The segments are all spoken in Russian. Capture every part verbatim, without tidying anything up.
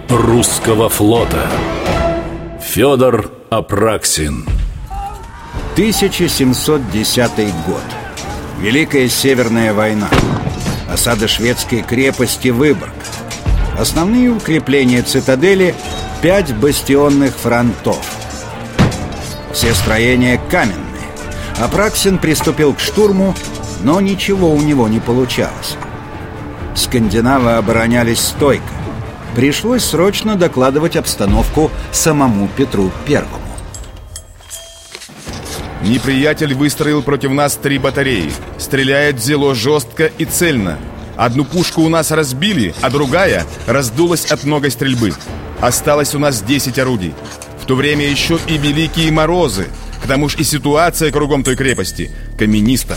русского флота. Федор Апраксин. тысяча семьсот десятый год. Великая Северная война. Осада шведской крепости Выборг. Основные укрепления цитадели – пять бастионных фронтов. Все строения каменные. Апраксин приступил к штурму, но ничего у него не получалось. Скандинавы оборонялись стойко. Пришлось срочно докладывать обстановку самому Петру Первому. Неприятель выстроил против нас три батареи. Стреляет зело жестко и цельно. Одну пушку у нас разбили, а другая раздулась от многой стрельбы. Осталось у нас десять орудий. В то время еще и великие морозы. К тому же и ситуация кругом той крепости камениста.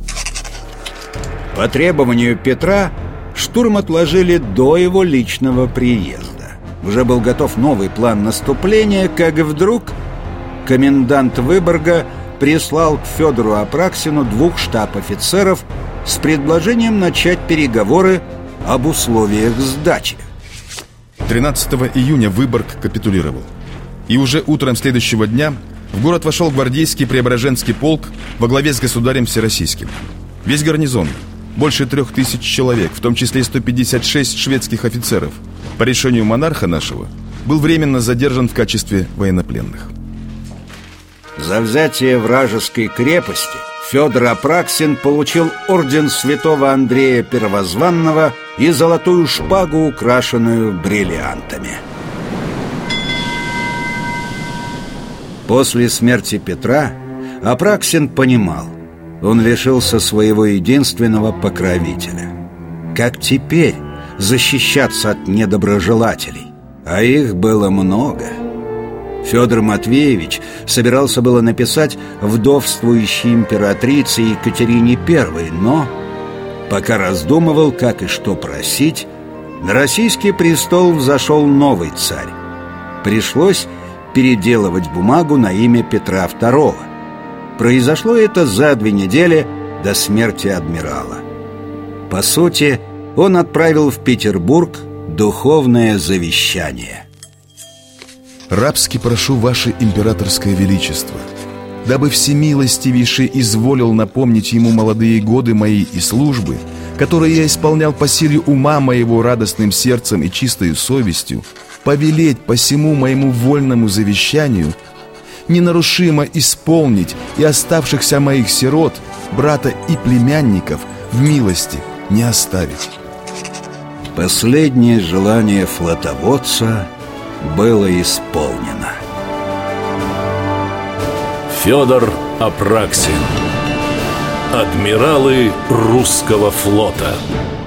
По требованию Петра штурм отложили до его личного приезда. Уже был готов новый план наступления, как вдруг комендант Выборга прислал к Федору Апраксину двух штаб-офицеров с предложением начать переговоры об условиях сдачи. тринадцатого июня Выборг капитулировал. И уже утром следующего дня в город вошел гвардейский Преображенский полк во главе с государем Всероссийским. Весь гарнизон, больше трех тысяч человек, в том числе сто пятьдесят шесть шведских офицеров, по решению монарха нашего, был временно задержан в качестве военнопленных. За взятие вражеской крепости Федор Апраксин получил орден святого Андрея Первозванного и золотую шпагу, украшенную бриллиантами. После смерти Петра Апраксин понимал, он лишился своего единственного покровителя. Как теперь защищаться от недоброжелателей? А их было много. Федор Матвеевич собирался было написать вдовствующей императрице Екатерине Первой, но, пока раздумывал, как и что просить, на российский престол взошел новый царь. Пришлось переделывать бумагу на имя Петра Второго. Произошло это за две недели до смерти адмирала. По сути, он отправил в Петербург духовное завещание. «Рабски прошу ваше императорское величество, дабы всемилостивейший изволил напомнить ему молодые годы мои и службы, которые я исполнял по силе ума моего радостным сердцем и чистою совестью, повелеть по сему моему вольному завещанию ненарушимо исполнить и оставшихся моих сирот, брата и племянников в милости не оставить». Последнее желание флотоводца было исполнено. Федор Апраксин. Адмиралы русского флота.